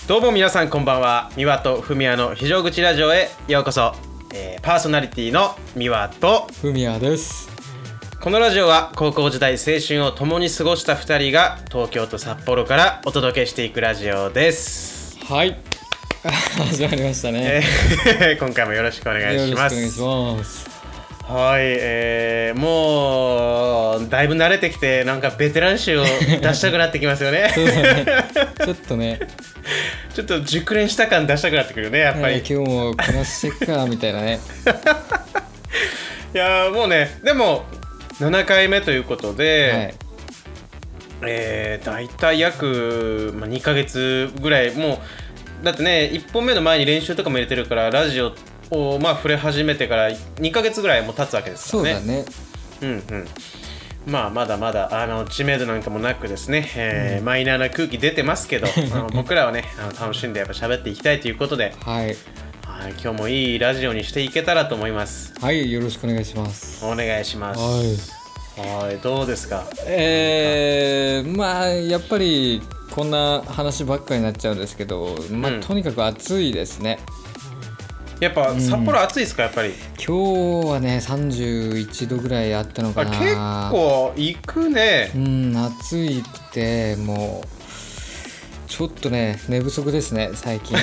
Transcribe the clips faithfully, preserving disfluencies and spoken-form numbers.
どうも皆さんこんばんは。三輪とふみやの非常口ラジオへようこそ、えー、パーソナリティの三輪とふみやです。 このラジオは高校時代青春を共に過ごしたふたりが東京と札幌からお届けしていくラジオです。 はい始まりましたね、 えー、今回もよろしくお願いします。 よろしくお願いします。 はい、えー、もうだいぶ慣れてきてなんかベテラン臭を出したくなってきますよねそうだねちょっとねちょっと熟練した感出したくなってくるよねやっぱり、 えー、今日もこなしていくかみたいなねいやもうねでもななかいめということで、はい、えー、だいたい約、まあ、にかげつぐらいもうだってねいっぽんめの前に練習とかも入れてるからラジオをまあ触れ始めてからにかげつぐらいも経つわけですからね。 そうだね。 うんうん。まあまだまだあの知名度なんかもなくですね、えーうん、マイナーな空気出てますけどあの僕らはねあの楽しんでやっぱ喋っていきたいということで、 はい、はい、 今日もいいラジオにしていけたらと思います。 はい、よろしくお願いします。 お願いします。はい。はい、どうですか。 えー、まあやっぱりこんな話ばっかりになっちゃうんですけど、まあ、うん、とにかく暑いですね。 やっぱ札幌暑いですか、うん、やっぱり今日はねさんじゅういちどぐらいあったのかな。 結構行くね。 うん暑いくてもうちょっとね寝不足ですね最近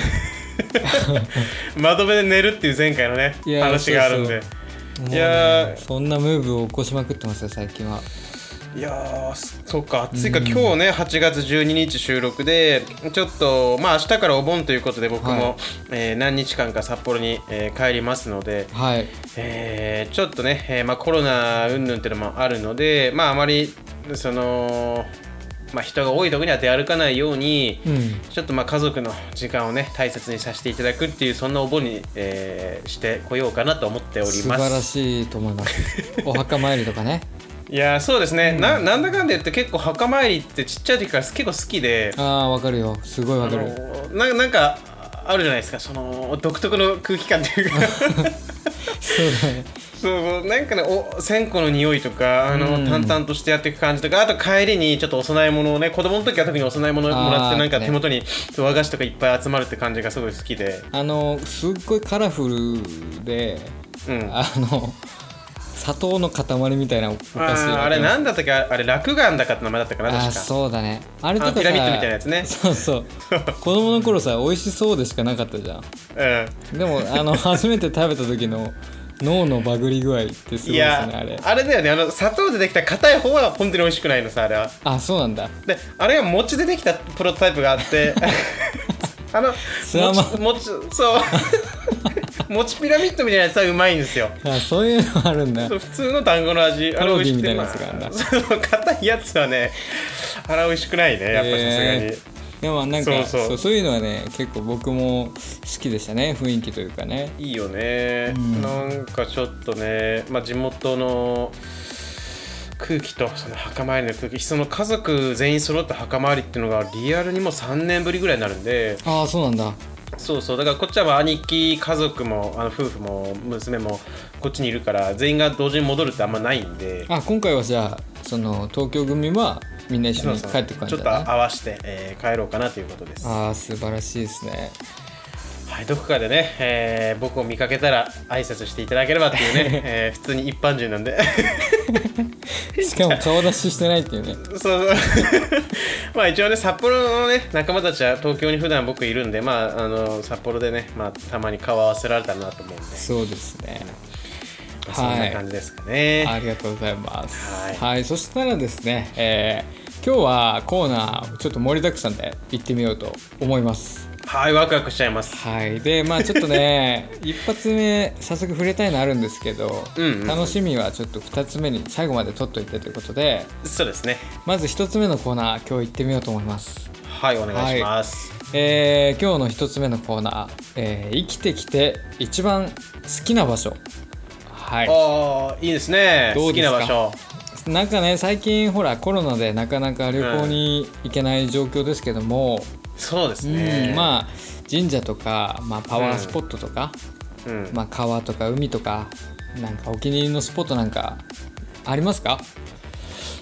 窓辺で寝るっていう前回のね話があるんで、 そうそういや、ね、そんなムーブを起こしまくってますよ最近は。 いやーそっか暑いか、うん、今日ねはちがつじゅうににち収録でちょっとまあ明日からお盆ということで僕も、はい、えー、何日間か札幌に、えー、帰りますので、 はい、 えー、ちょっとね、えーまあ、コロナ云々っていうのもあるのでまああまりそのまあ、人が多いところには出歩かないように、うん、ちょっとまあ家族の時間をね大切にさせていただくっていうそんなお盆に、えー、してこようかなと思っております。 素晴らしいと思いますお墓参りとかねいやそうですね、うん、な, なんだかんだ言って結構墓参りってちっちゃい時から結構好きで。 ああわかるよすごいわかる。 な, なんかあるじゃないですかその独特の空気感っていうかそうだねそうなんかねお線香の匂いとかあの、うん、淡々としてやっていく感じとかあと帰りにちょっとお供え物をね子供の時は特にお供え物をもらってなんか手元に和菓子とかいっぱい集まるって感じがすごい好きであのすっごいカラフルで、うん、あの砂糖の塊みたいなお菓子あ, あれなんだったっけあれ落雁だかって名前だったかな確か。 あそうだねあれとかさピラミッドみたいなやつね。 そうそう子供の頃さ美味しそうでしかなかったじゃん、うん、でもあの初めて食べた時の脳のバグり具合ってすごいですね。あれあれだよねあの砂糖でできた硬い方は本当に美味しくないのさあれは。 あそうなんだ。 であれは餅でできたプロトタイプがあってあの餅餅そう餅ピラミッドみたいなやつはうまいんですよ。 あそういうのあるんだ。 普通の団子の味カロリーみたいなやつがあるんだ。 そう硬いやつはねあれ美味しくないねやっぱさすがに。 でもなんかそうそうそうそういうのはね結構僕も好きでしたね雰囲気というかね。 いいよね、うん、なんかちょっとね、まあ、地元の空気とその墓参りの空気その家族全員揃った墓参りっていうのがリアルにもうさんねんぶりぐらいになるんで。 ああそうなんだ。 そうそうだからこっちは兄貴家族もあの夫婦も娘もこっちにいるから全員が同時に戻るってあんまないんで。 あ今回はじゃあその東京組はみんな一緒に帰ってくるんだね。 ちょっと合わせて、えー、帰ろうかなということです。 ああ素晴らしいですね。 はいどこかでね、えー、僕を見かけたら挨拶していただければっていうね、えー、普通に一般人なんでしかも顔出ししてないっていうねそうそうまあ一応ね札幌のね仲間たちは東京に普段僕いるんでまああの札幌でね、まあ、たまに顔合わせられたらなと思うんで。 そうですね、 まあ、そんな感じですかね、 はい、ありがとうございます。 はい、 はい、そしたらですね、えー、今日はコーナーちょっと盛りだくさんで行ってみようと思います。 はいワクワクしちゃいます。 はいでまあちょっとね一発目早速触れたいのあるんですけど、うんうんうん、楽しみはちょっと二つ目に最後まで取っといてということで。 そうですね。 まず一つ目のコーナー今日行ってみようと思います。 はいお願いします。 はいえー、今日の一つ目のコーナー、えー、生きてきて一番好きな場所。はいあいいですね。 どうですか？ 好きな場所なんかね最近ほらコロナでなかなか旅行に行けない状況ですけども、 うんそうですね、 うん、まあ神社とか、まあ、パワースポットとか、うんまあ、川とか海とかなんかお気に入りのスポットなんかありますか？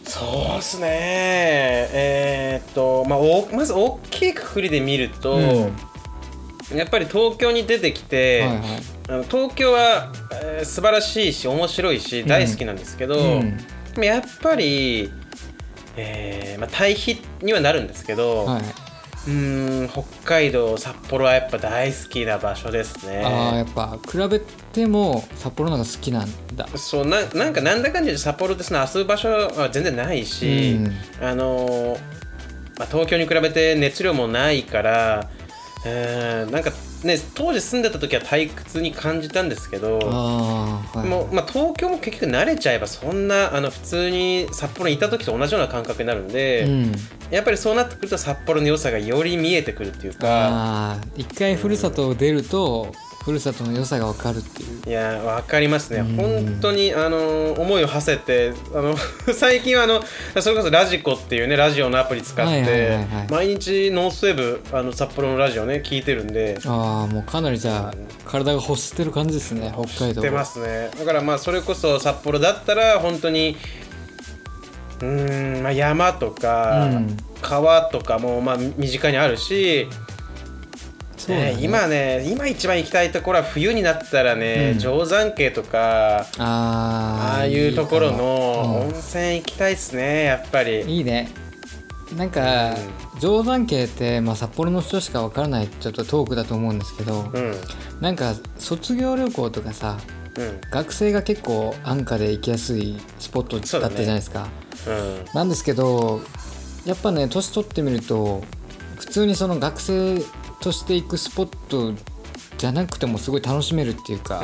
そうですね。えー、っと、まあ、おまず大きいくくりで見ると、うん、やっぱり東京に出てきて、はいはい、あの東京は、えー、素晴らしいし面白いし大好きなんですけど、うんうん、やっぱり、えーまあ、対比にはなるんですけど、はい、うーん北海道札幌はやっぱ大好きな場所ですね。 ああ、やっぱ比べても札幌の方が好きなんだ。 そう な, なんかなんだかんだで札幌ってその遊ぶ場所は全然ないし、うん、あのーまあ、東京に比べて熱量もないから、えー、なんかね当時住んでた時は退屈に感じたんですけど、あ、はい、もうまあ、東京も結局慣れちゃえばそんなあの普通に札幌にいた時と同じような感覚になるんで、うん、やっぱりそうなってくると札幌の良さがより見えてくるっていうか、 あ、一回ふるさとを出ると、うん、ふるさとの良さが分かるっていう。 いや分かりますね、うん、本当にあの思いを馳せてあの最近はあのそれこそラジコっていうねラジオのアプリ使って、はいはいはいはい、毎日ノースウェブあの札幌のラジオね聞いてるんで、 ああもうかなりじゃあ、うん、体が欲してる感じですね。北海道欲してますね。だからまあそれこそ札幌だったら本当にうーん、まあ、山とか、うん、川とかもまあ身近にあるし、そうね、今ね今一番行きたいところは冬になったらね、うん、定山渓とか あ, ああいうところの温泉行きたいですね。やっぱりいいね。なんか、うん、定山渓って、まあ、札幌の人しか分からないちょっとトークだと思うんですけど、うん、なんか卒業旅行とかさ、うん、学生が結構安価で行きやすいスポットだったじゃないですか、うん、なんですけどやっぱね年取ってみると普通にその学生として行くスポットじゃなくてもすごい楽しめるっていうか、うん、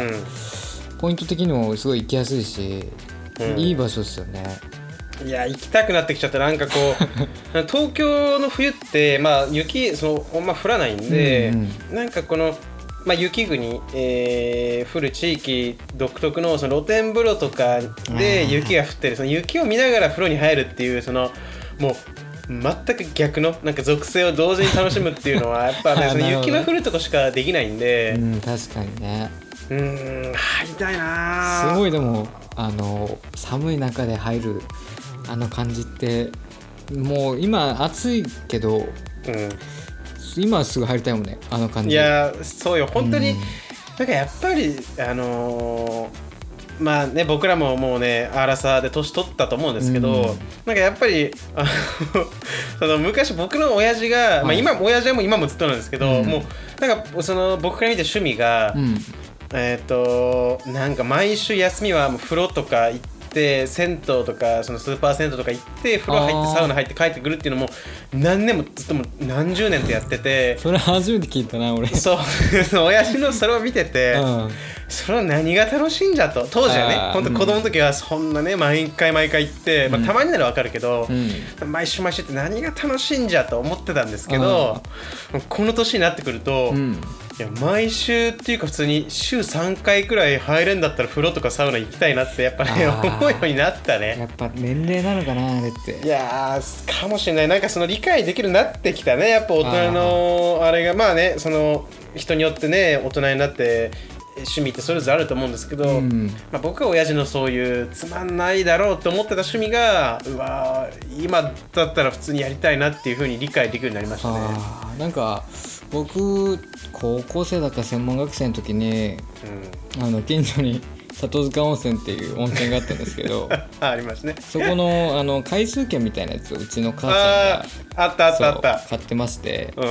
ポイント的にもすごい行きやすいし、うん、いい場所ですよね。 いや行きたくなってきちゃって、なんかこう東京の冬ってまあ雪その、まあ、降らないんで、うんうん、なんかこの、まあ、雪国、えー、降る地域独特 の, その露天風呂とかで雪が降ってる、その雪を見ながら風呂に入るっていうそのもう全く逆のなんか属性を同時に楽しむっていうのはやっぱねその雪の降るとこしかできないんで、 うん、確かにね。 うーん入りたいな。 すごいでもあの寒い中で入るあの感じってもう今暑いけど、うん、今すぐ入りたいもんねあの感じ。 いやそうよ本当に、うん、なんかやっぱりあのーまあね、僕らももうねアラサーで年取ったと思うんですけど、うん、なんかやっぱりあのその昔僕の親父が、はいまあ、今親父はもう今もずっとなんですけど、うん、もうなんかその僕から見て趣味が、うん、えっとなんか毎週休みはもう風呂とか行って銭湯とかそのスーパー銭湯とか行って風呂入ってサウナ入って帰ってくるっていうのも何年もずっとも何十年とやっててそれ初めて聞いたな俺。 そう親父のそれを見てて、うんそれは何が楽しいんじゃと当時はね本当子供の時はそんなね毎回毎回行って、まあ、たまになら分かるけど、うん、毎週毎週って何が楽しいんじゃと思ってたんですけどこの年になってくると、うん、いや毎週っていうか普通に週さんかいくらい入れんだったら風呂とかサウナ行きたいなってやっぱね思うようになったね。 やっぱ年齢なのかなあれって。 いやーかもしれない。なんかその理解できるようになってきたねやっぱ大人のあれがまあねその人によってね大人になって趣味ってそれぞれあると思うんですけど、うんまあ、僕は親父のそういうつまんないだろうと思ってた趣味がうわ今だったら普通にやりたいなっていう風に理解できるようになりましたね。 あなんか僕高校生だった専門学生の時に、うん、あの近所に里塚温泉っていう温泉があったんですけどあ, ありますね。 そこ の, あの回数券みたいなやつをうちの母ちゃんがあったあったあった買ってまして、うん、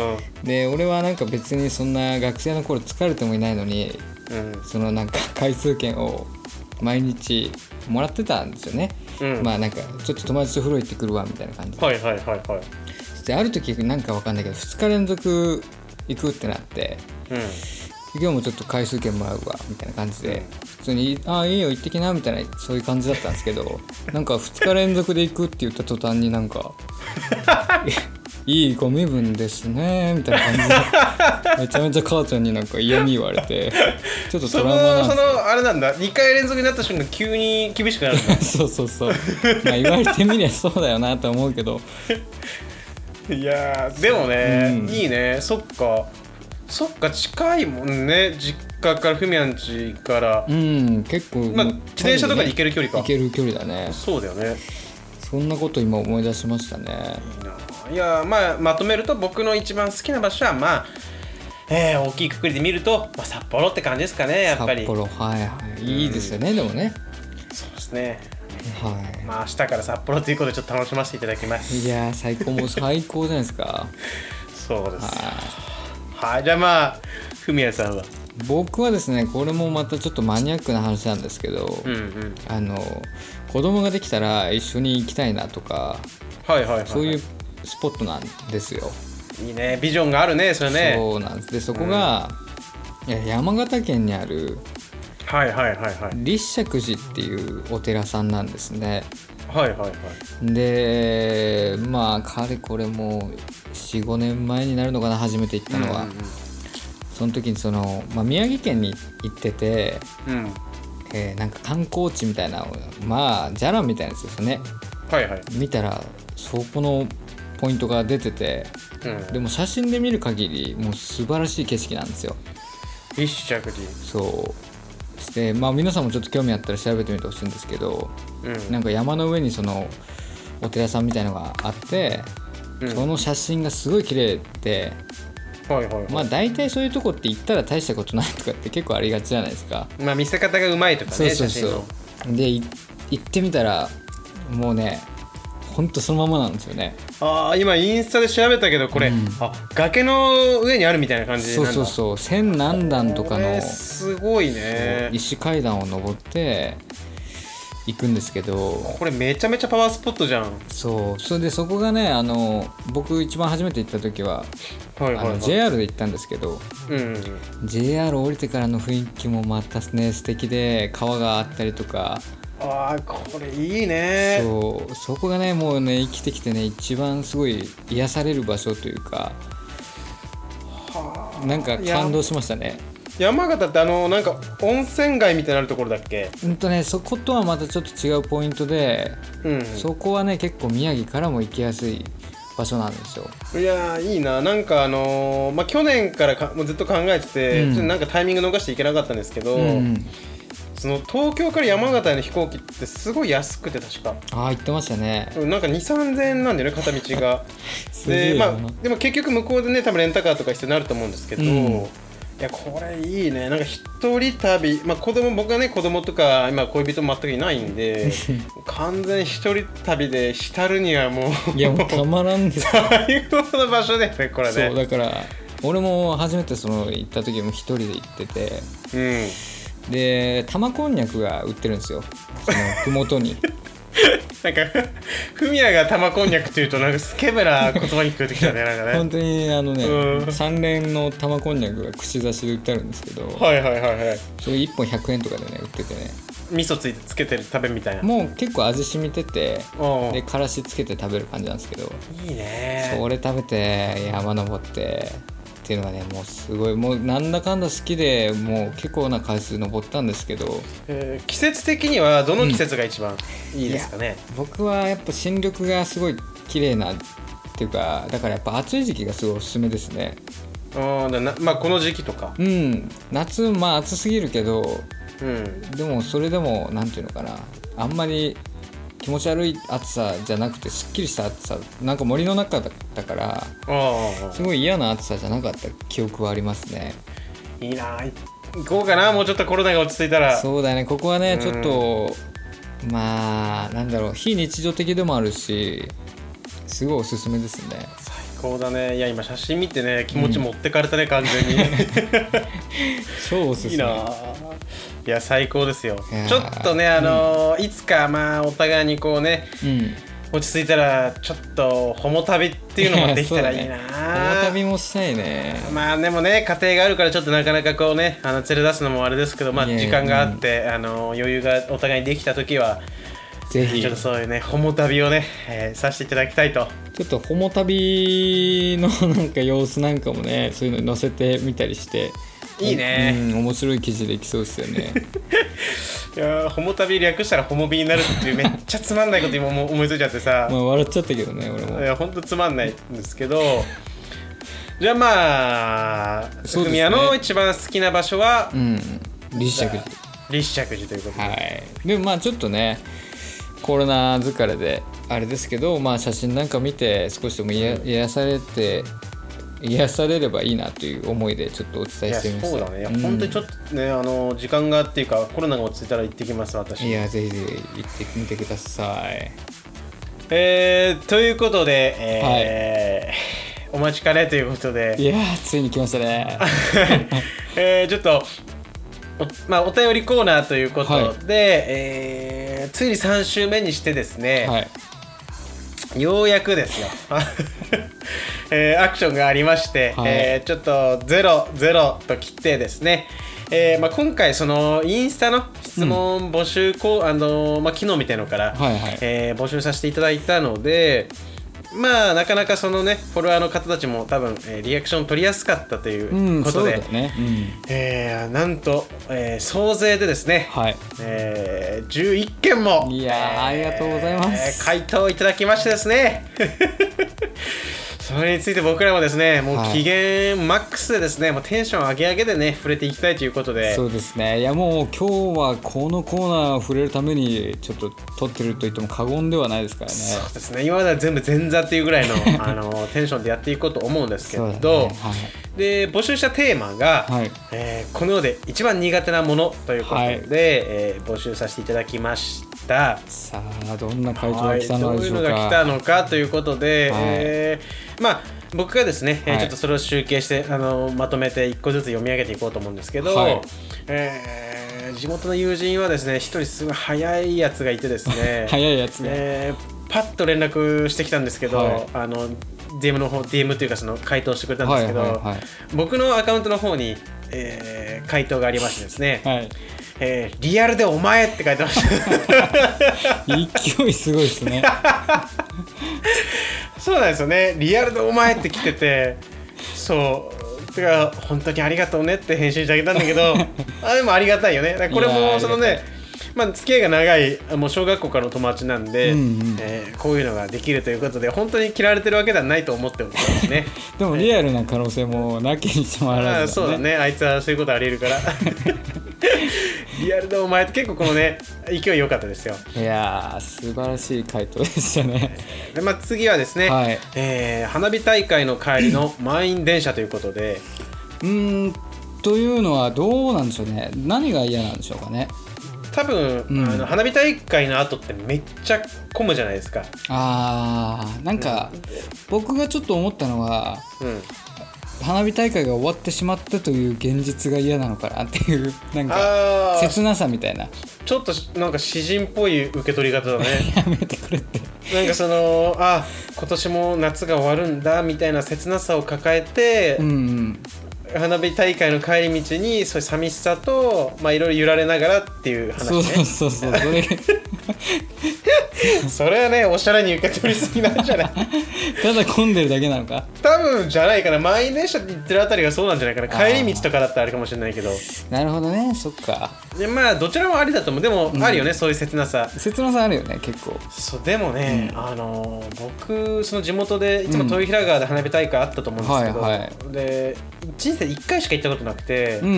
で俺はなんか別にそんな学生の頃疲れてもいないのにうん、そのなんか回数券を毎日もらってたんですよね、うん、まあなんかちょっと友達と風呂行ってくるわみたいな感じで、 はいはいはいはい。 である時なんかわかんないけどふつか連続行くってなって、うん、今日もちょっと回数券もらうわみたいな感じで、うん、普通にああいいよ行ってきなみたいなそういう感じだったんですけどなんかふつか連続で行くって言った途端になんかいいご身分ですねみたいな感じでめちゃめちゃ母ちゃんになんか嫌味言われてちょっとトラウマなんですよ。 そのそのあれなんだにかい連続になった瞬間急に厳しくなるんだそうそうそうまあ言われてみりゃそうだよなと思うけどいやでもね、うん、いいね。そっかそっか近いもんね実家からふみやんちからうん結構、 まあ、自転車とかで行ける距離か。 行ける距離だね。 そうだよね。 そそんなこと今思い出しましたね。 いいや、まあ、まとめると僕の一番好きな場所はまあ、えー、大きいくくりで見ると、まあ、札幌って感じですかね、やっぱり。 札幌、はいはい、いいですよね、うん、でもね。 そうですね。 はい。 まあ明日から札幌ということでちょっと楽しませていただきます。 いや最高、もう最高じゃないですか。 そうです。はい、はい、じゃあまあふみやさんは。 僕はですね、これもまたちょっとマニアックな話なんですけど、うんうん、あの子供ができたら一緒に行きたいなとか、 はいはいはいはい、 そういうスポットなんですよ。 いいね、ビジョンがあるね、それね。 そうなんです。でそこが、うん、いや山形県にあるはいはいはいはい立石寺っていうお寺さんなんですね。 はいはいはい。 でまあかれこれもう よん,ご 年前になるのかな、初めて行ったのは、うんうんうん、その時にその、まあ、宮城県に行ってて、うんえー、なんか観光地みたいな、まあじゃらんみたいなやつですよね。 はいはい。 見たらそこのポイントが出てて、うん、でも写真で見る限りもう素晴らしい景色なんですよ。 立石寺。 そうして、まあ皆さんもちょっと興味あったら調べてみてほしいんですけど、うん、なんか山の上にそのお寺さんみたいのがあって、うん、その写真がすごい綺麗で、はいはいはい、まあ大体そういうとこって行ったら大したことないとかって結構ありがちじゃないですか。 まあ見せ方がうまいとかね。 そうそうそう、写真ので行ってみたらもうねほんとそのままなんですよね。 ああ、今インスタで調べたけどこれ、うん、あ崖の上にあるみたいな感じなんだ。 そうそうそう、千何段とかのすごいね石階段を登って行くんですけど、 これめちゃめちゃパワースポットじゃん。 そう、それでそこがね、あの僕一番初めて行った時は、はいはいはい、あの ジェイアール で行ったんですけど、うんうんうん、ジェイアール 降りてからの雰囲気もまたね素敵で、川があったりとか、 あーこれいいね。 そう、そこがねもうね生きてきてね一番すごい癒される場所というか、はなんか感動しましたね。 山形ってあのなんか温泉街みたいになるところだっけ？ うんとね、そことはまたちょっと違うポイントで、うんうん、そこはね結構宮城からも行きやすい場所なんですよ。 いやいいな。なんかあのー、まあ去年からかもうずっと考えてて、うん、ちょっとなんかタイミング逃していけなかったんですけど、うん、その東京から山形への飛行機ってすごい安くて、確かああ言ってましたね。 なんかにせんさんぜんえんなんだよね、片道がで、まあ、でも結局向こうでね多分レンタカーとか必要になると思うんですけど、うん、いやこれいいね。なんか一人旅、まあ子供僕はね子供とか今恋人も全くいないんで完全一人旅で浸るにはもういやもうたまらんです最高の場所だよねこれね。 そうだから俺も初めてその行った時も一人で行ってて、うん、で玉こんにゃくが売ってるんですよ、その麓になんかフミヤが玉こんにゃくっていうとなんかスケベな言葉に聞こえてきたね。なんかね本当にあのね、うん、三連の玉こんにゃくが串刺しで売ってあるんですけど、 はいはいはいはい、 それいっぽんひゃくえんとかでね売っててね、 味噌ついてつけて食べるみたいな、 もう結構味染みてて、でからしつけて食べる感じなんですけど、 いいね。 それ食べて山登ってっていうのがねもうすごい、もうなんだかんだ好きでもう結構な回数登ったんですけど、 えー、季節的にはどの季節が一番いいですかね？ うん、僕はやっぱ新緑がすごい綺麗なっていうか、だからやっぱ暑い時期がすごいおすすめですね。 あだな、まあこの時期とか、 うん、夏まあ暑すぎるけど、うん、でもそれでもなんていうのかな、あんまり気持ち悪い暑さじゃなくてすっきりした暑さ、なんか森の中だったからすごい嫌な暑さじゃなかった記憶はありますね。 いいな、行こうかな、もうちょっとコロナが落ち着いたら。 そうだね、ここはね、うん、ちょっとまあなんだろう、非日常的でもあるしすごいおすすめですね。 最高だね。いや今写真見てね気持ち持ってかれたね、うん、完全に超おすすめ。いいな。 いや最高ですよ。ちょっとねあのーうん、いつかまあお互いにこうね、うん、落ち着いたらちょっとホモ旅っていうのもできたらいいな。いね、 ホモ旅もしたいね。 まあでもね家庭があるからちょっとなかなかこうねあの連れ出すのもあれですけど、まあ時間があって、うん、あの余裕がお互いにできた時はぜひちょっとそういうねホモ旅をね、えー、させていただきたいと。 ちょっとホモ旅のなんか様子なんかもねそういうの載せてみたりしていいね、 うん、面白い記事できそうですよねいやホモ旅略したらホモビになるっていうめっちゃつまんないこと今思いついちゃってさまあ笑っちゃったけどね俺も。 いやほんとつまんないんですけどじゃあまあふみやの一番好きな場所は、うん、 立石寺。 立石寺ということで、 はい、でもまあちょっとねコロナ疲れであれですけど、まあ、写真なんか見て少しでも癒、癒されて癒されればいいなという思いでちょっとお伝えしてみました。 いやそうだね、うん、本当にちょっとねあの時間がっていうかコロナが落ち着いたら行ってきます私。 いやぜひぜひ行ってみてください。 えー、ということで、えーはい、お待ちかねということで、 いやついに来ましたね、 えー、ちょっと お,、まあ、お便りコーナーということで、はいえー、ついにさん週目にしてですね、はい、ようやくですよ、えー、アクションがありまして、はいえー、ちょっとゼロゼロと切ってですね、えーまあ、今回そのインスタの質問募集こう、うんあのまあ、機能みたいのから、はいはいえー、募集させていただいたので、まあなかなかそのねフォロワーの方たちも多分、えー、リアクション取りやすかったということで、うんそうだねうんえー、なんと、えー、総勢でですね、はいえー、じゅういっけんもいや、えー、ありがとうございます、 えー、回答いただきましてですねそれについて僕らもですねもう機嫌マックスでですね、はい、もうテンション上げ上げでね触れていきたいということで、 そうですねいやもう今日はこのコーナーを触れるためにちょっと撮ってると言っても過言ではないですからね。 そうですね今までは全部前座っていうぐらいのあのテンションでやっていこうと思うんですけど、ねはい、で募集したテーマが、はいえー、この世で一番苦手なものということで、はいえー、募集させていただきました。 さあどんな回答が来たのでしょうか、はい、どういうのが来たのかということで、はいえー、まあ僕がですね、はい、ちょっとそれを集計してあのまとめていっこずつ読み上げていこうと思うんですけど、はいえー、地元の友人はですね一人すごい早いやつがいてですね早いやつね、 えー、パッと連絡してきたんですけど、はい、あの ディーエム の方 ディーエム というかその回答してくれたんですけど、はいはいはい、僕のアカウントの方に、えー、回答がありましてですね、はいえー、リアルでお前って書いてました勢いすごいですねそうなんですよねリアルでお前って来ててそうてか本当にありがとうねって返信してあげたんだけどあでもありがたいよねこれもそのねまあ、付き合いが長いもう小学校からの友達なんで、うんうんえー、こういうのができるということで本当に嫌われてるわけではないと思ってますねでもリアルな可能性もなきにしもあらずだね。 あそうだねあいつはそういうことあり得るからリアルでお前って結構このね勢い良かったですよ。 いやー素晴らしい回答でしたねで、まあ、次はですね、はいえー、花火大会の帰りの満員電車ということでうーんというのはどうなんでしょうね何が嫌なんでしょうかね。 多分、うん、あの花火大会の後ってめっちゃ混むじゃないですか。 あーなんか、うん、僕がちょっと思ったのは、うん、花火大会が終わってしまったという現実が嫌なのかなっていうなんか切なさみたいなちょっとなんか詩人っぽい受け取り方だねやめてくれってなんかそのあ今年も夏が終わるんだみたいな切なさを抱えて、うんうん花火大会の帰り道にそういう寂しさとまあいろいろ揺られながらっていう話ね。 そうそうそうそれそれはねおしゃれに受け取りすぎなんじゃないただ混んでるだけなのか多分じゃないかな満員電車って言ってるあたりがそうなんじゃないかな帰り道とかだったらあれかもしれないけどなるほどねそっかでまあどちらもありだと思うでも、うん、あるよねそういう切なさ切なさあるよね結構そうでもね、うん、あの僕その地元でいつも豊平川で花火大会あったと思うんですけど、うんはいはい、で人生でいっかいしか行ったことなくて、うんうん、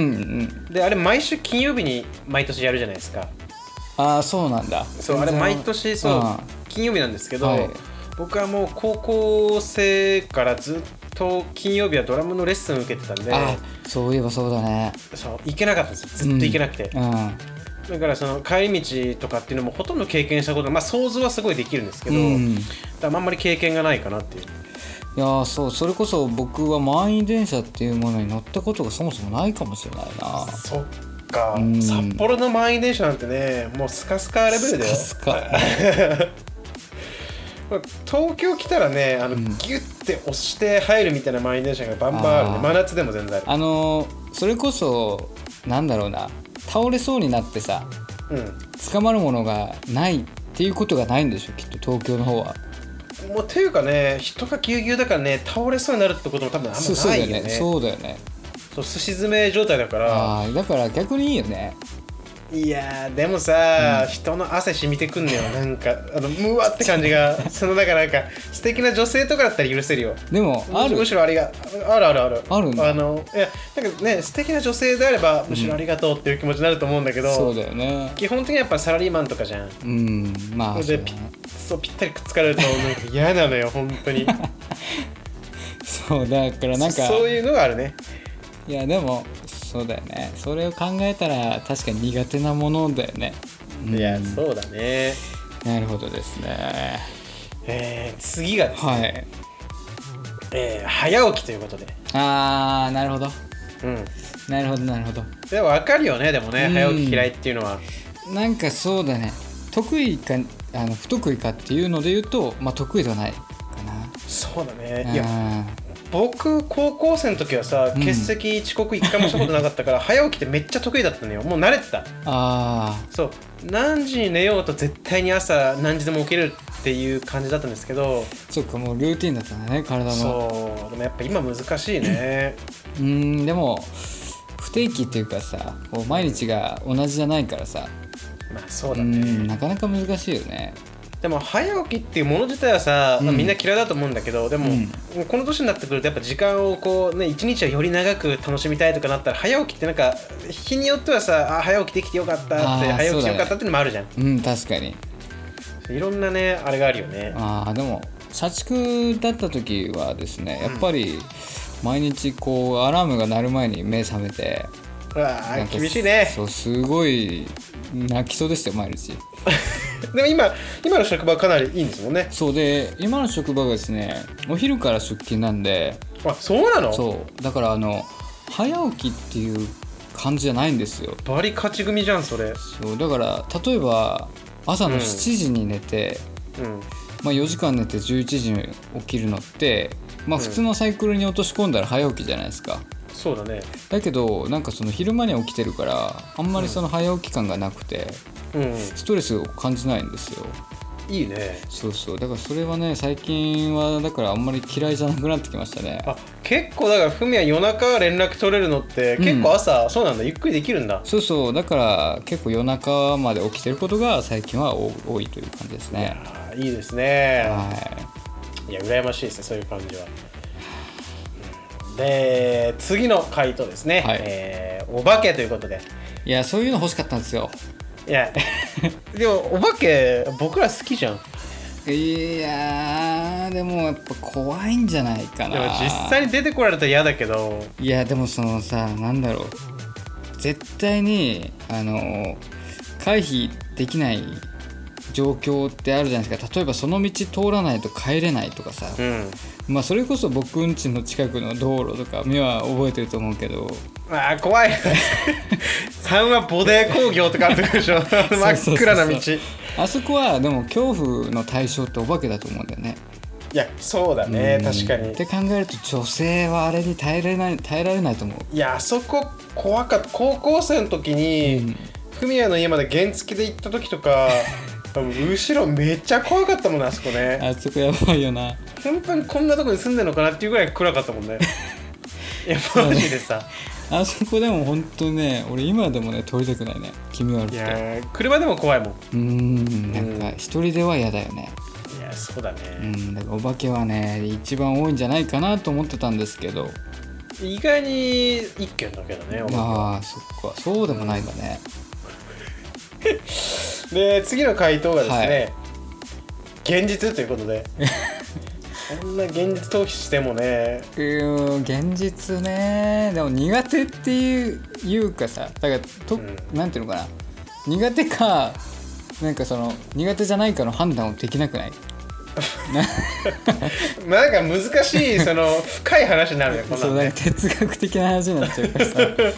であれ毎週金曜日に毎年やるじゃないですか。 ああそうなんだ。 そうあれ毎年そう金曜日なんですけど、はい、僕はもう高校生からずっと金曜日はドラムのレッスン受けてたんであそういえばそうだねそう行けなかったんですずっと行けなくて、うんうん、だからその帰り道とかっていうのもほとんど経験したことまあ想像はすごいできるんですけど、うん、だからあんまり経験がないかなっていう。 いやそうそれこそ僕は満員電車っていうものに乗ったことがそもそもないかもしれないな。 そっか、うん、札幌の満員電車なんてねもうスカスカレベルだよ。 スカスカ東京来たらねあの、うん、ギュッて押して入るみたいな満員電車がバンバンあるね。真夏でも全然ある。 あのー、それこそなんだろうな倒れそうになってさ、うん、捕まるものがないっていうことがないんでしょきっと東京の方は。 もうっていうかね人がぎゅうぎゅうだからね倒れそうになるってことも多分あんまないよね。 そうだよね。 そうすし詰め状態だから。 あだから逆にいいよね。 いやでもさ、うん、人の汗染みてくんのよなんかあのむわって感じがそのだからなんか素敵な女性とかだったら許せるよ。 でもあるむしろありがあるあるあるあるんだ。 あのいやなんかね素敵な女性であればむしろありがとうっていう気持ちになると思うんだけど、うん、 そうだよね。 基本的にやっぱサラリーマンとかじゃん。 うんまあでピッそうぴったりくっつかれるとなんか嫌なのよ本当にそうだからなんかそういうのがあるね。 いやでもそうだよね。それを考えたら確かに苦手なものだよね。 うん、いやそうだね。 なるほどですね。 えー、次がですね、 はいえー、早起きということで。 あーなるほど、 うん、 なるほどなるほど。 でも分かるよねでもね、うん、早起き嫌いっていうのは。 なんかそうだね。得意かあの不得意かっていうので言うと、まあ、得意ではないかな。 そうだね。いや僕高校生の時はさ、欠席遅刻一回もしたことなかったから、うん、早起きってめっちゃ得意だったのよ。もう慣れてた。 あそう何時に寝ようと絶対に朝何時でも起きれるっていう感じだったんですけど。 そっかもうルーティンだったんだね体の。 そうでもやっぱ今難しいねうんでも不定期っていうかさこう毎日が同じじゃないからさ。 まあそうだね。 うんなかなか難しいよね。 でも早起きっていうもの自体はさ、うんまあ、みんな嫌いだと思うんだけどでも、うん、この年になってくるとやっぱ時間をこうね一日はより長く楽しみたいとかなったら早起きってなんか日によってはさあ早起きできてよかったって早起きしてよかったっていうのもあるじゃん。う、 ね、うん確かにいろんなねあれがあるよね。 ああでも社畜だった時はですねやっぱり毎日こうアラームが鳴る前に目覚めて、 うん、うわ厳しいね。 そうすごい泣きそうでしたよ毎日でも今今の職場はかなりいいんですもんね。 そうで今の職場がですねお昼から出勤なんで。 あそうなの。 そうだからあの早起きっていう感じじゃないんですよ。 バリ勝ち組じゃんそれ。 そうだから例えば朝のしちじに寝て、うんうんまあ、よじかん寝てじゅういちじに起きるのって、まあ、普通のサイクルに落とし込んだら早起きじゃないですか。 うん、そうだね。 だけどなんかその昼間に起きてるからあんまりその早起き感がなくて、うん、ストレスを感じないんですよ。 いいね。 そうそうだからそれはね最近はだからあんまり嫌いじゃなくなってきましたね。 あ結構だからふみは夜中連絡取れるのって結構朝、うん、そうなんだゆっくりできるんだ。 そうそうだから結構夜中まで起きてることが最近は多いという感じですね。 いやいいですね。 はい。 いや羨ましいですねそういう感じは。で次の回答ですね、はいえー、お化けということで。 いやそういうの欲しかったんですよ。 いやでもお化け僕ら好きじゃん。 いやでもやっぱ怖いんじゃないかな。 でも実際に出てこられたら嫌だけど。 いやでもそのさなんだろう絶対にあの回避できない状況ってあるじゃないですか。例えばその道通らないと帰れないとかさ、うんまあ、それこそ僕ん家の近くの道路とか目は覚えてると思うけどあー怖いさんはボデー工業とかあるとこでしょ真っ暗な道。 あそこはでも恐怖の対象ってお化けだと思うんだよね。 いやそうだね確かに。 って考えると女性はあれに耐えられない耐えられないと思う。 いやあそこ怖かった。高校生の時にフミヤの家まで原付で行った時とか後ろめっちゃ怖かったもんねあそこね。 あそこやばいよな。 本当にこんなとこに住んでるのかなっていうぐらい暗かったもんねいやマジでさあそこでも本当にね俺今でもね通りたくないね気味悪くて。いや車でも怖いもん。 うーんなんか一人では嫌だよね。 いやそうだね。 うんだからお化けはね一番多いんじゃないかなと思ってたんですけど意外に一軒だけだね。 ああそっかそうでもないんだねで次の回答がですね、はい、現実ということでそんな現実逃避してもねうーん現実ねでも苦手っていういうかさだからと、うん、なんていうのかな苦手かなんかその苦手じゃないかの判断をできなくないまあなんか難しいその深い話になるよこんなそうなんか哲学的な話になっちゃうからさ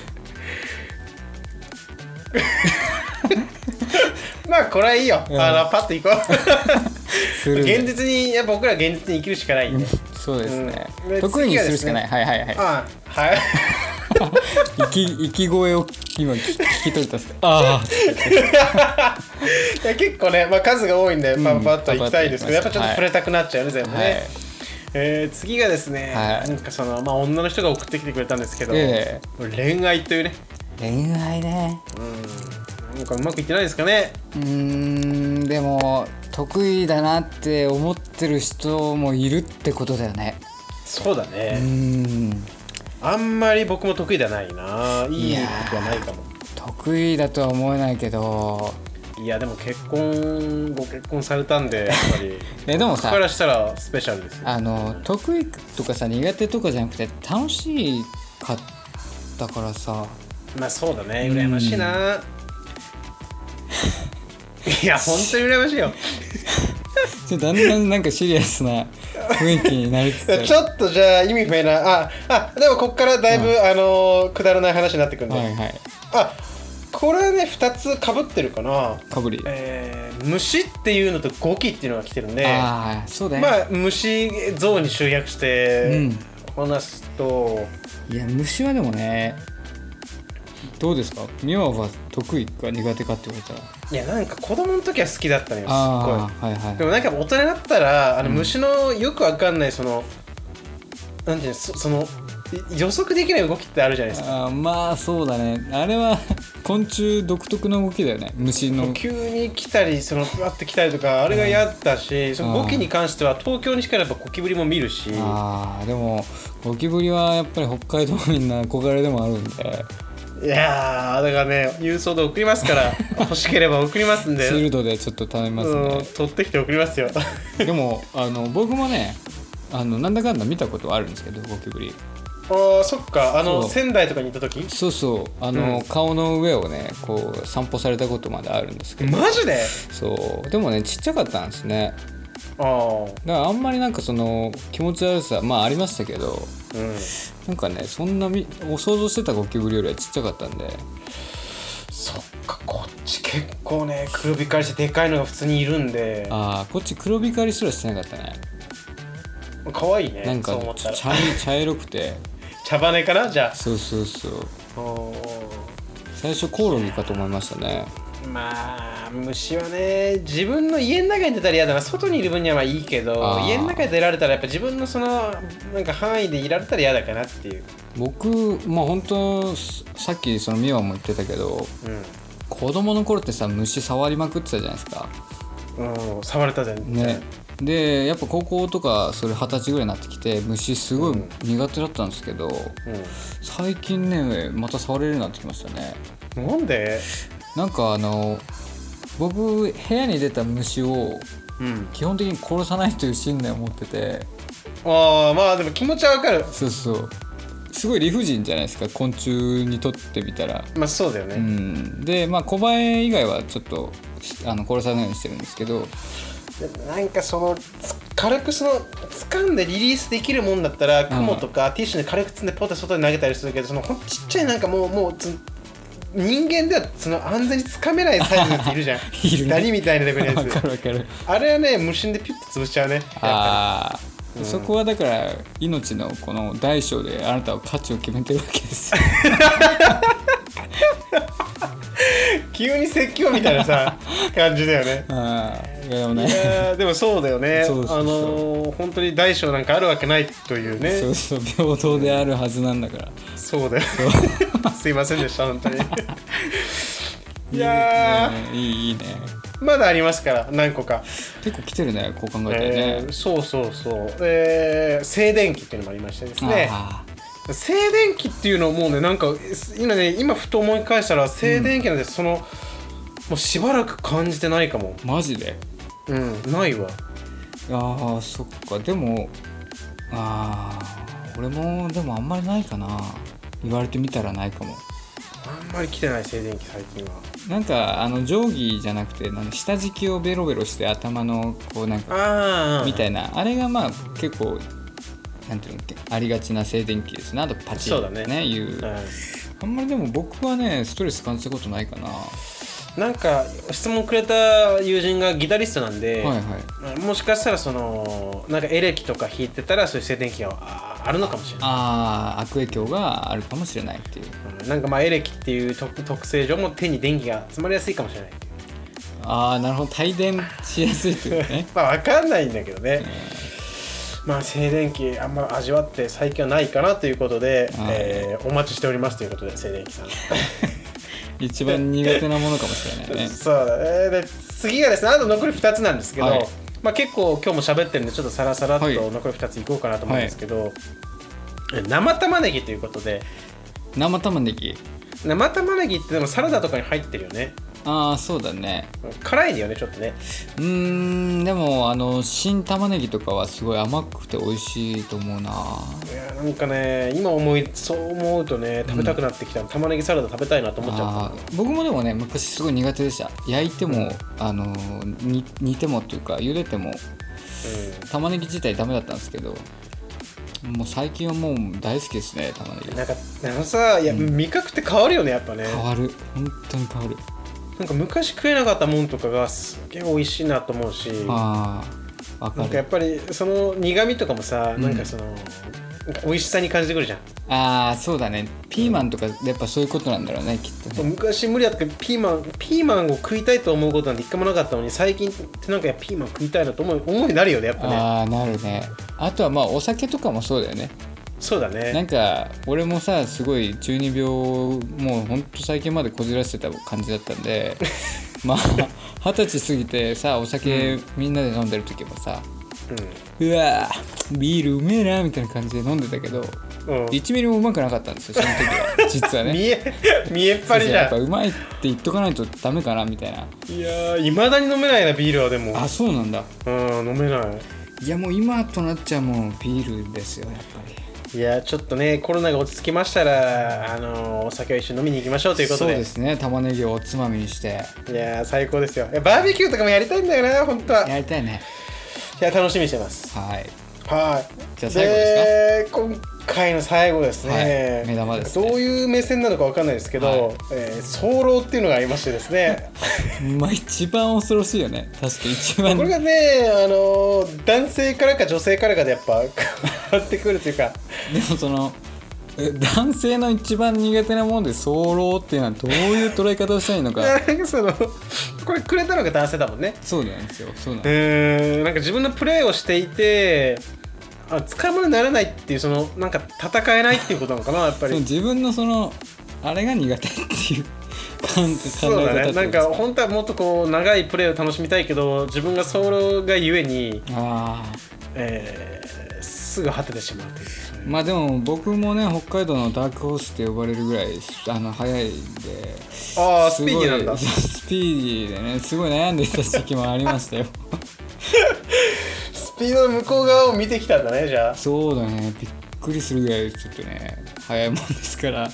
まあこれはいいよ、うん、あのパッといこう現実にやっぱ僕ら現実に生きるしかないんでそうですね、うん、得意にするしかない、ね、はいはいはいああはい息息声を今聞き取れたんですかあいや結構ね、まあ、数が多いんでパッパッといきたいですけど、うん、やっぱちょっと触れたくなっちゃうね、はい、全部ね、はいえー、次がですね、はい、なんかその、まあ、女の人が送ってきてくれたんですけど、えー、恋愛というね恋愛ねうんなんかうまくいってないですかね。 うーんでも得意だなって思ってる人もいるってことだよね。 そうだね。 うーんあんまり僕も得意ではないな。いいことはないかも。 得意だとは思えないけど、 いやでも結婚ご結婚されたんでやっぱりえでもさ僕からしたらスペシャルですよ。 あの得意とかさ苦手とかじゃなくて楽しかったからさ。 まあそうだね、羨ましいな。いや本当に羨ましいよ。 ちょだんだんなんかシリアスな雰囲気になりつつある。 ちょっとじゃあ意味不明なああでもこっからだいぶ、うん、あのくだらない話になってくるんで、 はいはい、 あこれはねふたつかぶってるかな。 かぶり、 えー、虫っていうのとゴキっていうのが来てるんで、 あそうだね、 まあ虫像に集約して話すと、 うん、いや虫はでもねどうですか、ミワは得意か苦手かって言われたら。 いやなんか子供の時は好きだったのよ、すっごい、 はいはい、 でもなんか大人になったらあの虫のよくわかんないその、うん、なんていうの そ, その予測できない動きってあるじゃないですか。 あまあそうだね、あれは昆虫独特の動きだよね、虫の急に来たりそのふわって来たりとかあれが嫌だし、うん、そのゴキに関しては東京にしかやっぱゴキブリも見るし、 あでもゴキブリはやっぱり北海道民の憧れでもあるんで、 いやーだからね郵送で送りますから欲しければ送りますんでシールドでちょっと頼みますね、 うん、取ってきて送りますよ。 でもあの僕もねあのなんだかんだ見たことはあるんですけどゴキブリ。 あそっかあの仙台とかに行った時そうそうあの、うん、顔の上をねこう散歩されたことまであるんですけど。 マジで？ そうでもねちっちゃかったんですね。 あだからあんまりなんかその気持ち悪さまあありましたけど、うん、なんかねそんなみお想像してたゴキブリよりはちっちゃかったんで。 そっかこっち結構ね黒光りしてでかいのが普通にいるんで。 ああこっち黒光りすらしてなかったね。 かわいいね。 なんか茶, 茶色くて茶羽かなじゃあ。 そうそうそう。最初コオロギかと思いましたね。 まあ虫はね自分の家の中に出たら嫌だな。外にいる分にはまあいいけど家の中に出られたらやっぱ自分のそのなんか範囲でいられたら嫌だかなっていう。 僕まあ本当さっきそのミワも言ってたけど、うん、子供の頃ってさ虫触りまくってたじゃないですか。 うん触れたじゃんね。 でやっぱ高校とかそれ二十歳ぐらいになってきて虫すごい苦手だったんですけど、うん、最近ねまた触れるようになってきましたね。 なんで？ なんかあの僕部屋に出た虫を基本的に殺さないという信念を持ってて、 うん、ああまあでも気持ちはわかる。 そうそうすごい理不尽じゃないですか昆虫にとってみたら。 まあそうだよね、 うん、でまあコバエ以外はちょっとあの殺さないようにしてるんですけど、 なんかその軽くその掴んでリリースできるもんだったら雲とかティッシュで軽く積んでポテ外に投げたりするけど、そのほんちっちゃいなんかもうもうつ人間ではその安全につかめないサイズのやついるじゃん。 いるね、 ダニみたいなレベルのやつ。 わかるわかる。 あれはね無心でピュッと潰しちゃうね。やっぱりああ、うん、そこはだから命のこの大小であなたは価値を決めてるわけですよ。 急に説教みたいなさ感じだよね。 あいやでもね。 いやでもそうだよね。 そうそうそう、 あのー、本当に大小なんかあるわけないというね。 そうそう平等であるはずなんだから。 そうだよ。すいませんでした本当に。いやーいいいいね。 まだありますから何個か。 結構来てるねこう考えたらね、 えー。そうそうそう。えー、静電気っていうのもありましてですね。静電気っていうのをもうねなんか今ね今ふと思い返したら静電気なんてその、うん、もうしばらく感じてないかも。 マジで？ うんないわ。 ああそっかでもああ俺もでもあんまりないかな。言われてみたらないかも。 あんまり来てない静電気最近は。 なんかあの定規じゃなくてなん下敷きをベロベロして頭のこうなんかみたいなあれがまあ結構なんていうのありがちな静電気ですね。あとパチンってね、ねいう、うん、あんまりでも僕はねストレス感じたことないかな。 なんか質問くれた友人がギタリストなんで、 はいはい、 もしかしたらそのなんかエレキとか弾いてたらそういう静電気があるのかもしれない。 ああ悪影響があるかもしれないっていう、 うん、なんかまあエレキっていう特, 特性上も手に電気が詰まりやすいかもしれない。 ああなるほど帯電しやすいっていうね。 まあ分かんないんだけどね、まあ静電気あんま味わって最近はないかなということで、はい、えー、お待ちしておりますということで静電気さん一番苦手なものかもしれないねそうだね。で次がですね、あと残りふたつなんですけど、はい、まあ、結構今日も喋ってるんでちょっとサラサラっと残りふたついこうかなと思うんですけど、はい、生玉ねぎということで。 生玉ねぎ生玉ねぎってでもサラダとかに入ってるよね。 ああそうだね。 辛いんだよねちょっとね。 うーんでもあの新玉ねぎとかはすごい甘くて美味しいと思うな。 いやなんかね今思いそう思うとね食べたくなってきた、うん、玉ねぎサラダ食べたいなと思っちゃった。 僕もでもね昔すごい苦手でした。焼いても、うん、あのに煮てもっていうか茹でても、うん、玉ねぎ自体ダメだったんですけど、もう最近はもう大好きですね玉ねぎ。 なんかあのさいや、うん、味覚って変わるよねやっぱね。 変わる本当に変わる。 なんか昔食えなかったもんとかがすげえ美味しいなと思うし、 ああ、分かる。なんかやっぱりその苦味とかもさ、うん、なんかその美味しさに感じてくるじゃん。 ああそうだね。ピーマンとかやっぱそういうことなんだろうねきっとね。 昔無理だったけどピーマンピーマンを食いたいと思うことなんて一回もなかったのに、最近ってなんかピーマン食いたいなと思う思いになるよねやっぱね。 ああなるね。あとはまあお酒とかもそうだよね。 そうだね。 なんか俺もさすごい中二病もうほんと最近までこじらせてた感じだったんでまあ二十歳過ぎてさお酒みんなで飲んでる時もさ、うん、うわビールうめえなみたいな感じで飲んでたけど、うん、いちミリもうまくなかったんですよその時は実はね見え見えっぱりじゃん。 やっぱうまいって言っとかないとダメかなみたいな。 いやいまだに飲めないなビールは。でもあそうなんだ。 うん飲めない。 いやもう今となっちゃもうビールですよやっぱり。 いやちょっとねコロナが落ち着きましたらあのー、お酒を一緒に飲みに行きましょうということで。 そうですね玉ねぎをおつまみにして。 いや最高ですよ。いやバーベキューとかもやりたいんだよな本当は。 やりたいね。 いや楽しみにしてます。 はいはい。 じゃあ最後ですか。今回の最後ですね、 はい、目玉ですね。 どういう目線なのか分かんないですけど、はい、えー、早漏っていうのがありましてですねまあ一番恐ろしいよね確か一番。 これがねあの男性からか女性からかでやっぱ変わってくるというか。 でもその男性の一番苦手なもので早漏っていうのはどういう捉え方をしたらいいのかそのこれくれたのが男性だもんね。 そうなんですよ。そうなんです。えー、なんか自分のプレーをしていてあ使い物にならないっていうそのなんか戦えないっていうことなのかなやっぱり。 そう自分のそのあれが苦手っていう感じ。 そうだね。なんか本当はもっとこう長いプレーを楽しみたいけど自分が早漏がゆえにあ、えー、すぐ果ててしまうという。 まあでも僕もね北海道のダークホースって呼ばれるぐらいあの速いんで。 ああスピーディーなんだ。 スピーディーでねすごい悩んでた時期もありましたよスピードの向こう側を見てきたんだねじゃあ。 そうだねびっくりするぐらいちょっとね早いもんですから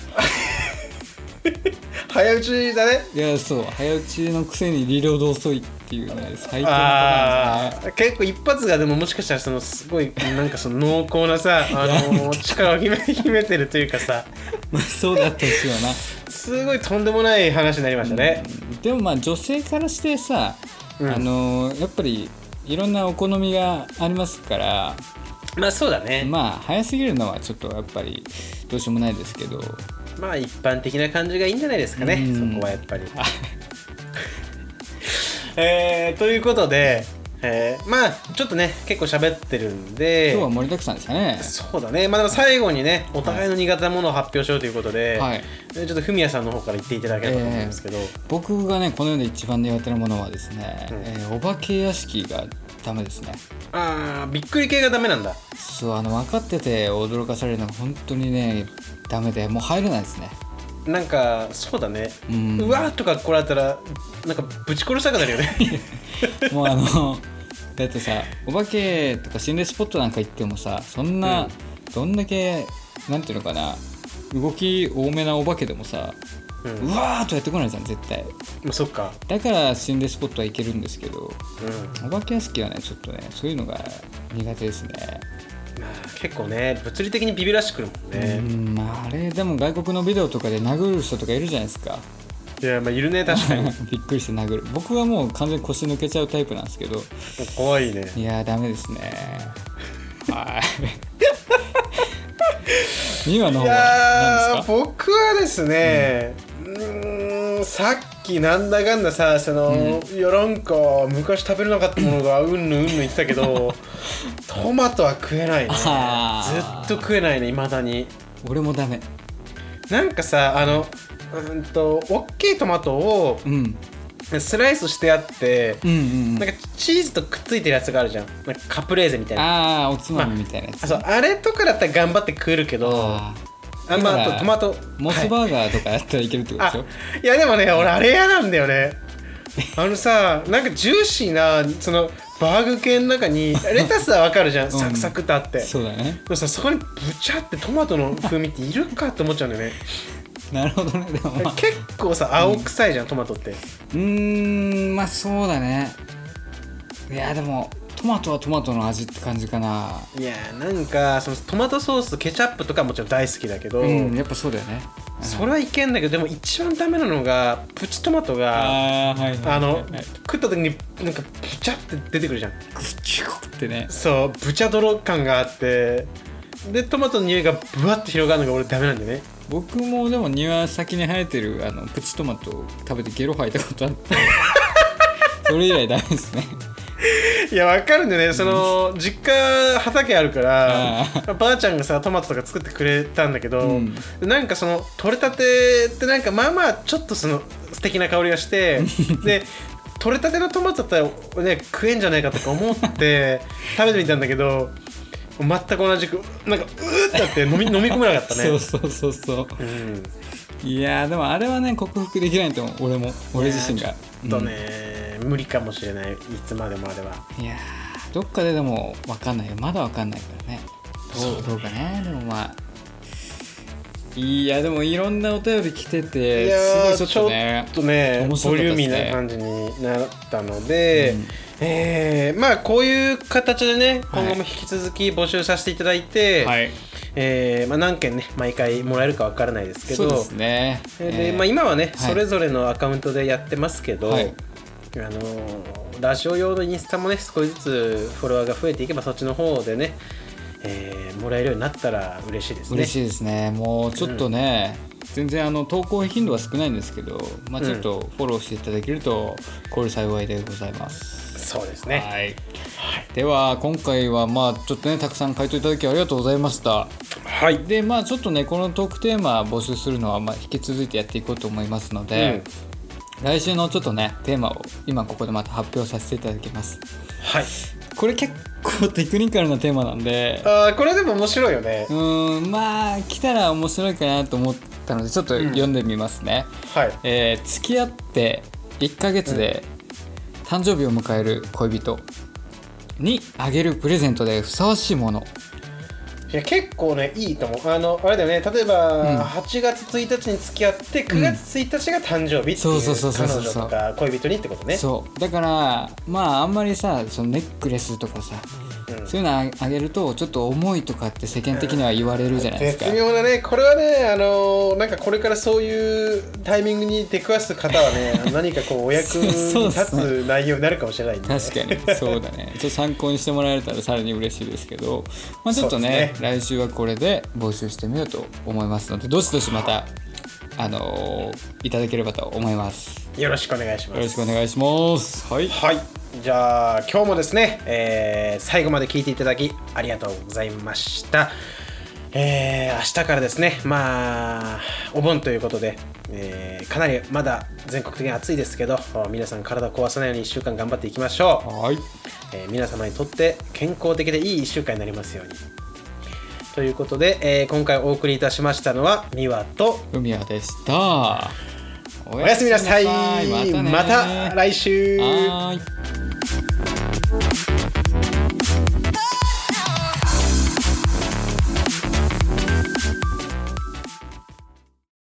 早打ちだね。 いやそう早打ちのくせにリロード遅いっていうね最低のパターンですね。 結構一発がでももしかしたらそのすごいなんかその濃厚なさあの力を秘め、秘めてるというかさまあそうだったんですよな。 すごいとんでもない話になりましたね、 うん、でもまあ女性からしてさ、うん、あのやっぱりいろんなお好みがありますからまあそうだね。 まあ早すぎるのはちょっとやっぱりどうしようもないですけどまあ一般的な感じがいいんじゃないですかね、うん、そこはやっぱりえー、ということで、えー、まあちょっとね結構喋ってるんで今日は盛りだくさんでしたね。 そうだね。まあでも最後にねお互いの苦手なものを発表しようということで、はい、ちょっとフミヤさんの方から言っていただければと思うんですけど、えー、 僕がねこの世で一番苦手なものはですね、うんえー、お化け屋敷がダメですね。 あーびっくり系がダメなんだ。 そうあの分かってて驚かされるのが本当にねダメでもう入れないですね。 なんかそうだね、うん、うわーとか来られたらなんかぶち殺したくなるよねもうあのだってさお化けとか心霊スポットなんか行ってもさそんな、うん、どんだけなんていうのかな動き多めなお化けでもさ、うん、うわーとやってこないじゃん絶対。 まあ、そっか。 だから心霊スポットは行けるんですけど、うん、お化け屋敷はねちょっとねそういうのが苦手ですね。 まあ、結構ね物理的にビビらしてくるもんね。 うん、まあ、あれでも外国のビデオとかで殴る人とかいるじゃないですか。 いやまあいるね確かにびっくりして殴る。僕はもう完全に腰抜けちゃうタイプなんですけど怖いね。 いやダメですねはいミワの方は何ですか。 僕はですね、うん、うーんさっきなんだかんださその、うん、よろんこ昔食べれなかったものがうんぬんうんぬん言ってたけどトマトは食えないね。ずっと食えないね未だに。 俺もダメ。 なんかさあのうんと大きいトマトを、うんスライスしてあって、うんうん、なんかチーズとくっついてるやつがあるじゃん、なんかカプレーゼみたいな、 あーおつまみみたいなやつ、 まあ、そうあれとかだったら頑張って食えるけど、ああまあ、あとトマトモスバーガーとかやったらいけるってことでしょ、はい、 いやでもね俺あれ嫌なんだよねあのさなんかジューシーなそのバーグ系の中にレタスはわかるじゃん、うん、サクサクってあって、 そうだね。 でもさそこにブチャってトマトの風味っているかって思っちゃうんだよねなるほどね。でも、まあ、 結構さ青臭いじゃん、うん、トマトって。うーんまあそうだね。いやでもトマトはトマトの味って感じかな。 いやなんかそのトマトソースケチャップとかもちろん大好きだけど、 うん、やっぱそうだよね、 うん、それはいけんだけど、でも一番ダメなのがプチトマトがあ、はいはいはいはい、あの食った時になんかブチャって出てくるじゃん、 グチュってね。 そうブチャドロ感があってでトマトの匂いがブワッと広がるのが俺ダメなんだよね。 僕もでも庭先に生えてるあのプチトマトを食べてゲロ吐いたことあってそれ以来ダメですねいや分かるんだよね、その実家畑あるからばあちゃんがさトマトとか作ってくれたんだけど、うん、なんかその取れたてってなんかまあまあちょっとその素敵な香りがしてで取れたてのトマトだったら、ね、食えんじゃないかとか思って食べてみたんだけど全く同じくなんかうーってなって飲み、飲み込めなかったねそうそうそうそう、うん、いやでもあれはね克服できないと思う。俺も俺自身がちょっとね、うん、無理かもしれない、いつまでもあれは。 いやどっかででも分かんないよ、まだ分かんないからね。どう、どうかね。でもまあいやでもいろんなお便り来てて、すごいちょっとねちょっとねボリューミーな感じになったので、うんえー、まあこういう形でね今後も引き続き募集させていただいて、はいえーまあ、何件ね毎回もらえるかわからないですけど、 そうですね、 でまあ、今はね、はい、それぞれのアカウントでやってますけど、はいあのー、ラジオ用のインスタもね少しずつフォロワーが増えていけばそっちの方でね、えー、もらえるようになったら嬉しいですね。 嬉しいですね。もうちょっとね、うん、全然あの投稿頻度は少ないんですけど、まあ、ちょっとフォローしていただけるとこれ幸いでございます。 そうですね、 はいはい、では今回はまあちょっとねたくさん回答いただきありがとうございました。はい。でまあちょっとねこのトークテーマ募集するのはまあ引き続いてやっていこうと思いますので、うん、来週のちょっとねテーマを今ここでまた発表させていただきます。はい。これ結構テクニカルなテーマなんで、 あこれでも面白いよね。 うーんまあ来たら面白いかなと思ったのでちょっと読んでみますね。うん、はい。えー、付き合っていっかげつで、うん誕生日を迎える恋人にあげるプレゼントでふさわしいもの。 いや結構ねいいと思う。あのあれだよね、例えば、うん、はちがつついたちに付き合ってくがつついたちが誕生日っていう彼女とか恋人にってことね。 そうだからまああんまりさそのネックレスとかさ、うん、そういうのあげるとちょっと重いとかって世間的には言われるじゃないですか。 絶妙なね。これはねあのなんかこれからそういうタイミングに出くわす方はね何かこうお役に立つ内容になるかもしれないんで、ね、 確かにそうだね。ちょっと参考にしてもらえたらさらに嬉しいですけど、まあ、ちょっと ね, ね来週はこれで募集してみようと思いますのでどしどしまたあのー、いただければと思います。 よろしくお願いします。 よろしくお願いします。はい、 はい、じゃあ今日もですね、えー、最後まで聞いていただきありがとうございました。えー、明日からですねまあお盆ということで、えー、かなりまだ全国的に暑いですけど皆さん体を壊さないようにいっしゅうかん頑張っていきましょう。はい、えー、皆様にとって健康的でいいいっしゅうかんになりますようにということで、えー、今回お送りいたしましたのはミワと海谷でした。 おやすみなさい。またね。また来週。 はーい。